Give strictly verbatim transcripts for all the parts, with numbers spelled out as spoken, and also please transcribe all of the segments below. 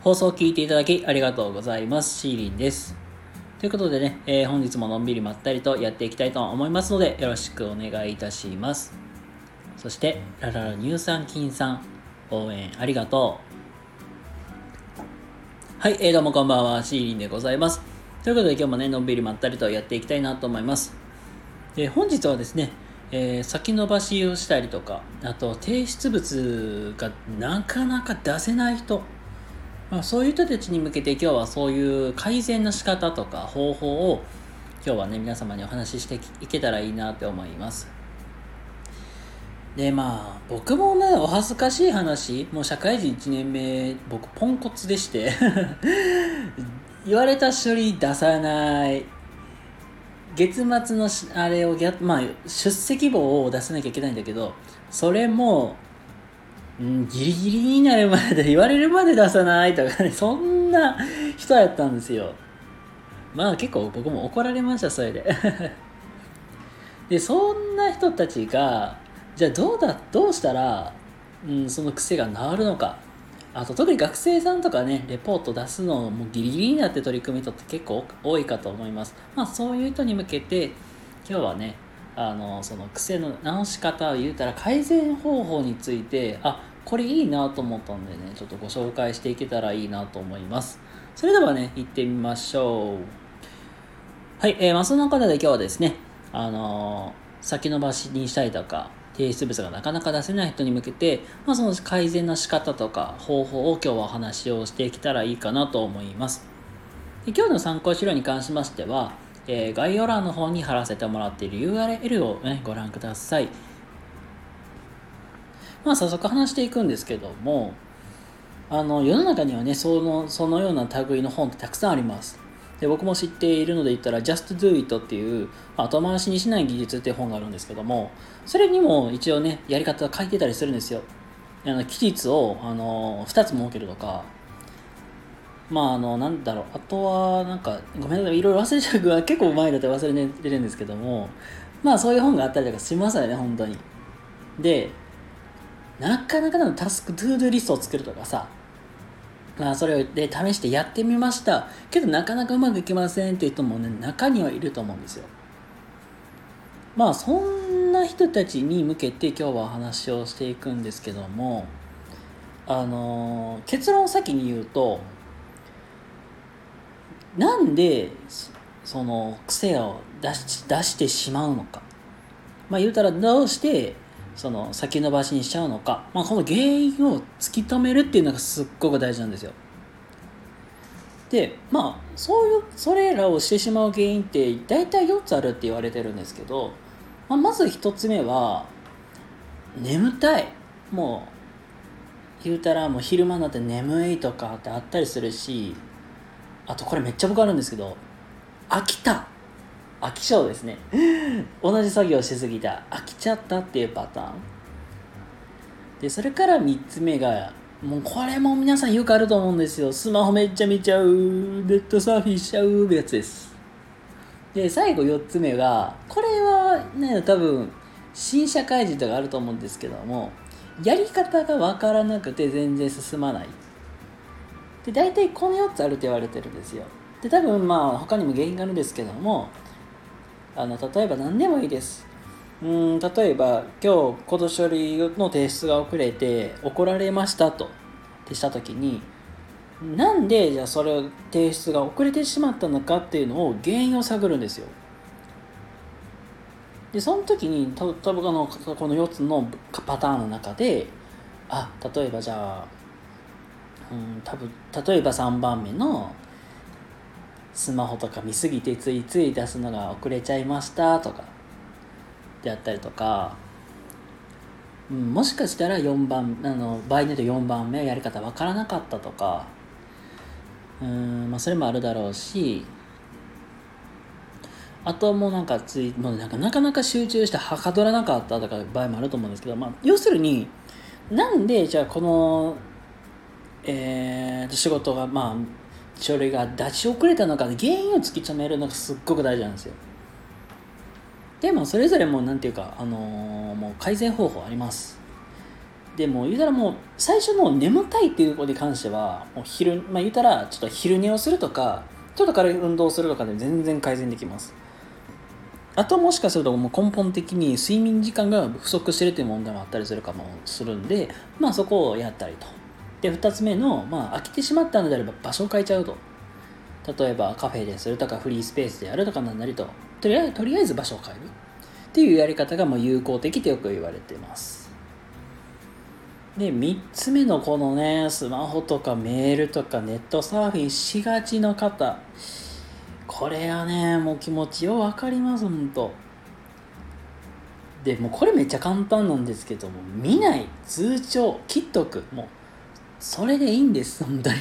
放送を聞いていただきありがとうございます。シーリンです。ということでね、えー本日ものんびりまったりとやっていきたいと思いますので、よろしくお願いいたします。そして、ラララ乳酸菌さん、応援ありがとう。はい、えー、どうもこんばんは、シーリンでございます。ということで今日もね、のんびりまったりとやっていきたいなと思います。で本日はですね、えー先延ばしをしたりとか、あと提出物がなかなか出せない人、まあ、そういう人たちに向けて今日はそういう改善の仕方とか方法を今日はね皆様にお話ししていけたらいいなって思います。でまあ僕もねお恥ずかしい話、もう社会人いちねんめ僕ポンコツでして言われた書類出さない、月末のしあれをや、まあ、出席簿を出さなきゃいけないんだけど、それもうん、ギリギリになるまで言われるまで出さないとかね、そんな人やったんですよ。まあ結構僕も怒られました、それで。で、そんな人たちが、じゃあどうだ、どうしたら、うん、その癖が治るのか。あと特に学生さんとかね、レポート出すのもギリギリになって取り組む人って結構多いかと思います。まあそういう人に向けて、今日はね、あのその癖の直し方を言うたら改善方法について、あ、これいいなと思ったんでね、ちょっとご紹介していけたらいいなと思います。それではね、行ってみましょう。はい、えー、まあその中で今日はですね、あのー先延ばしにしたりとか、提出物がなかなか出せない人に向けて、まあ、その改善の仕方とか方法を今日はお話をしていけたらいいかなと思います。で今日の参考資料に関しましては、えー概要欄の方に貼らせてもらっている ユーアールエル を、ね、ご覧ください。まあ早速話していくんですけども、あの世の中にはねそのそのような類の本ってたくさんあります。で僕も知っているので言ったら Just Do It っていう、まあ後回しにしない技術っていう本があるんですけども、それにも一応ねやり方書いてたりするんですよ。あの期日をあのふたつ設けるとか、まああのなんだろう、あとはなんかごめんなさい、いろいろ忘れちゃうが結構前だって忘れてるんですけども、まあそういう本があったりとかしますよね本当に。でなかなかのタスクトゥードゥリストを作るとかさ、まあそれで試してやってみましたけどなかなかうまくいきませんっていう人もね中にはいると思うんですよ。まあそんな人たちに向けて今日はお話をしていくんですけども、あのー結論を先に言うと、なんでそその癖を出し出してしまうのか、まあ言うたらどうしてその先延ばしにしちゃうのか、まあ、この原因を突き止めるっていうのがすっごく大事なんですよ。でまあそういうそれらをしてしまう原因って大体よっつあるって言われてるんですけど、まあ、まずひとつめは眠たい。もう言うたらもう昼間になって眠いとかってあったりするし、あとこれめっちゃ僕あるんですけど、飽きた、飽き性ですね。同じ作業しすぎた、飽きちゃったっていうパターンで、それからみっつめが、もうこれも皆さんよくあると思うんですよ。スマホめっちゃ見ちゃう、ネットサーフィンしちゃうってやつです。で最後よっつめが、これはね多分新社会人とかあると思うんですけども、やり方が分からなくて全然進まない。で大体このよっつあると言われてるんですよ。で多分まあ他にも原因があるんですけども、あの例えば何でもいいです。うーん例えば今日この書類の提出が遅れて怒られましたとってした時に、なんでじゃあそれを提出が遅れてしまったのかっていうのを原因を探るんですよ。でその時に多分このこのよっつのパターンの中で、あ例えばじゃあ、うん、多分例えばさんばんめのスマホとか見すぎてついつい出すのが遅れちゃいましたとかであったりとか、うん、もしかしたらよんばんあの場合によってよんばんめやり方わからなかったとか、うーん、まあ、それもあるだろうし、あともうなんかついもうなんかなかなか集中してはかどらなかったとか場合もあると思うんですけど、まあ、要するになんでじゃあこの、えー、仕事がまあ書類が出し遅れたのか、原因を突き止めるのがすっごく大事なんですよ。でもそれぞれもなんていうか、あのー、もう改善方法あります。 でも言うたらもう最初の眠たいっていうことに関してはもう昼、まあ、言うたらちょっと昼寝をするとかちょっと軽い運動をするとかで全然改善できます。あともしかするともう根本的に睡眠時間が不足してるという問題もあったりするかもするんで、まあそこをやったりと。でふたつめの、まあ、飽きてしまったのであれば場所を変えちゃうと。例えばカフェでするとかフリースペースでやるとかなんなりととりあえず、とりあえず場所を変えるっていうやり方がもう有効的とよく言われています。でみっつめのこのねスマホとかメールとかネットサーフィンしがちの方、これはねもう気持ちよ分かります。ほんとでもうこれめっちゃ簡単なんですけども、見ない、通帳切っとく、もうそれでいいんです本当に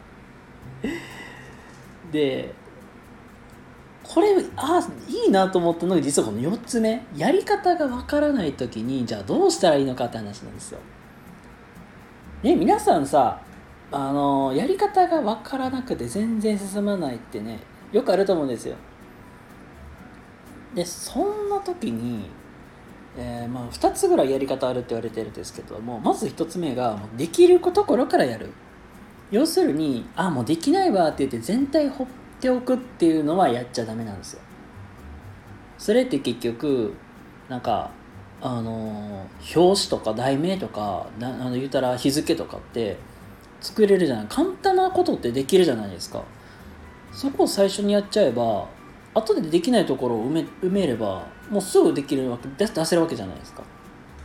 でこれあいいなと思ったのが実はこのよっつめ、やり方がわからないときにじゃあどうしたらいいのかって話なんですよ。ね、皆さんさあのやり方がわからなくて全然進まないってねよくあると思うんですよ。でそんな時に、えーまあ、ふたつぐらいやり方あるって言われてるんですけども、まずひとつめがもうできるところからやる。要するにあもうできないわって言って全体放っておくっていうのはやっちゃダメなんですよ。それって結局なんかあの表紙とか題名とかなあの言うたら日付とかって作れるじゃない、簡単なことってできるじゃないですか。そこを最初にやっちゃえば後でできないところを埋め、埋めればもうすぐできるわけ出せるわけじゃないですか。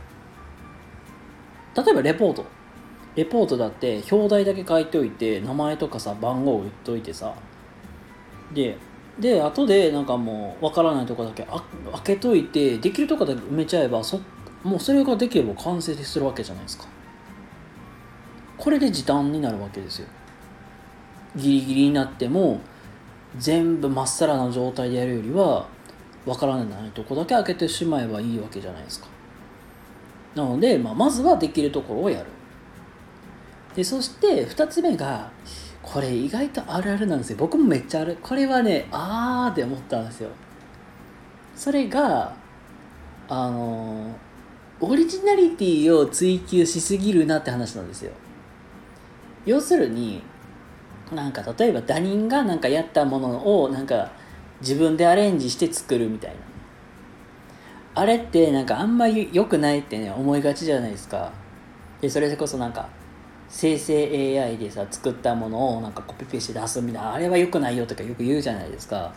例えばレポートレポートだって表題だけ書いておいて名前とかさ番号を言っといてさでで後でなんかもう分からないところだけあ開けといてできるところだけ埋めちゃえばそもうそれができれば完成するわけじゃないですか。これで時短になるわけですよ。ギリギリになっても全部まっさらな状態でやるよりは分からないとこだけ開けてしまえばいいわけじゃないですか。なので、まあ、まずはできるところをやる。でそしてふたつめがこれ意外とあるあるなんですよ。僕もめっちゃある。これはねあーって思ったんですよ。それがあのオリジナリティを追求しすぎるなって話なんですよ。要するになんか例えば他人がなんかやったものをなんか自分でアレンジして作るみたいな、あれってなんかあんまり良くないってね思いがちじゃないですか。でそれこそなんか生成 エーアイ でさ作ったものをなんかコピペして出すみたいな、あれは良くないよとかよく言うじゃないですか。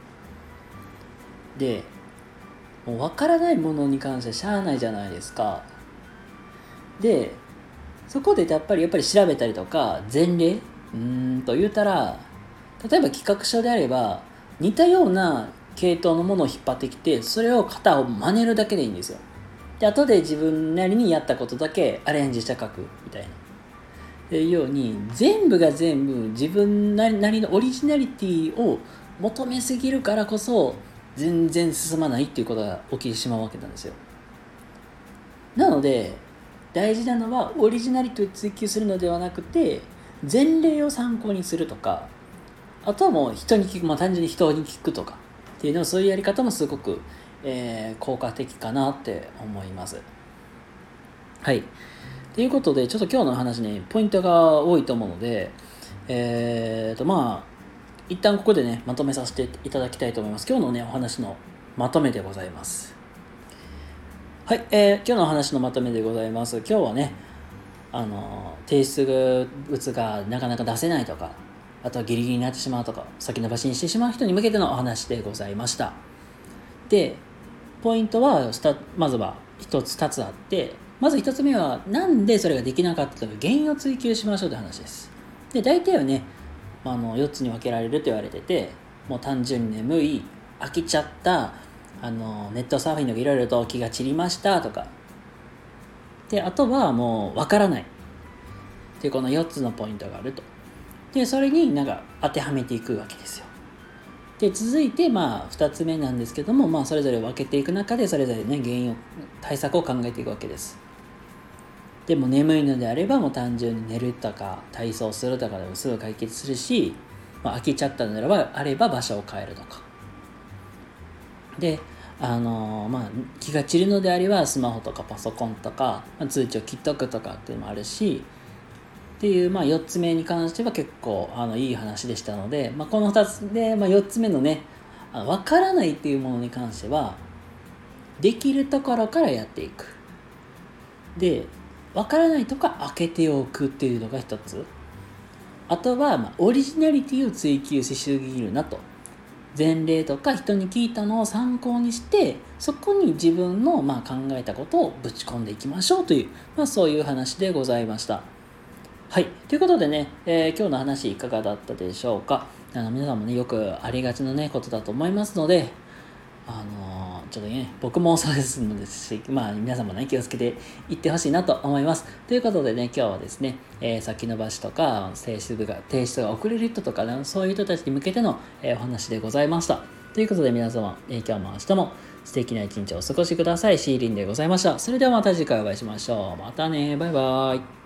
でもう分からないものに関してはしゃあないじゃないですか。でそこでやっぱりやっぱり調べたりとか前例うーんと言うたら、例えば企画書であれば似たような系統のものを引っ張ってきてそれを型を真似るだけでいいんですよ。で後で自分なりにやったことだけアレンジして書くみたいなっていうように、全部が全部自分なりのオリジナリティを求めすぎるからこそ全然進まないっていうことが起きてしまうわけなんですよ。なので大事なのはオリジナリティを追求するのではなくて前例を参考にするとか、あとはもう人に聞く、まあ、単純に人に聞くとかっていうのをそういうやり方もすごく、えー、効果的かなって思います。はいということでちょっと今日の話ねポイントが多いと思うので、えーとまあ一旦ここでねまとめさせていただきたいと思います。今日のねお話のまとめでございます。はい、えー、今日のお話のまとめでございます。今日はねあの提出物がなかなか出せないとか、あとはギリギリになってしまうとか先延ばしにしてしまう人に向けてのお話でございました。でポイントはまずはひとつふたつあって、まずひとつめはなんでそれができなかったのか原因を追求しましょうという話です。で大体はねあのよっつに分けられると言われてて、もう単純に眠い、飽きちゃった、あのネットサーフィンのいろいろと気が散りましたとかで、あとはもう分からないっていうこのよっつのポイントがあると。でそれになんか当てはめていくわけですよ。で続いてまあふたつめなんですけども、まあ、それぞれ分けていく中でそれぞれね原因を対策を考えていくわけです。でも眠いのであればもう単純に寝るとか体操するとかでもすぐ解決するし、まあ、飽きちゃったのであれば、あれば場所を変えるとかで、 あのーまあ、気が散るのであればスマホとかパソコンとか、まあ、通知を切っとくとかっていうのもあるしっていう、まあ、よっつめに関しては結構あのいい話でしたので、まあ、このふたつで、まあ、よっつめのねあの分からないっていうものに関してはできるところからやっていく。で分からないとか開けておくっていうのが一つ。あとは、まあ、オリジナリティを追求しすぎるなと。前例とか人に聞いたのを参考にしてそこに自分の、まあ、考えたことをぶち込んでいきましょうという、まあ、そういう話でございました。はい。ということでね、えー今日の話いかがだったでしょうか。あの皆さんもね、よくありがちなね、ことだと思いますので、あのーちょっとね、僕もそうですのですし、まあ皆さんもね、気をつけていってほしいなと思います。ということでね、今日はですね、えー先延ばしとか、提出が、提出が遅れる人とか、ね、そういう人たちに向けての、えーお話でございました。ということで皆様、えー今日も明日も素敵な一日をお過ごしください。シーリンでございました。それではまた次回お会いしましょう。またね、バイバイ。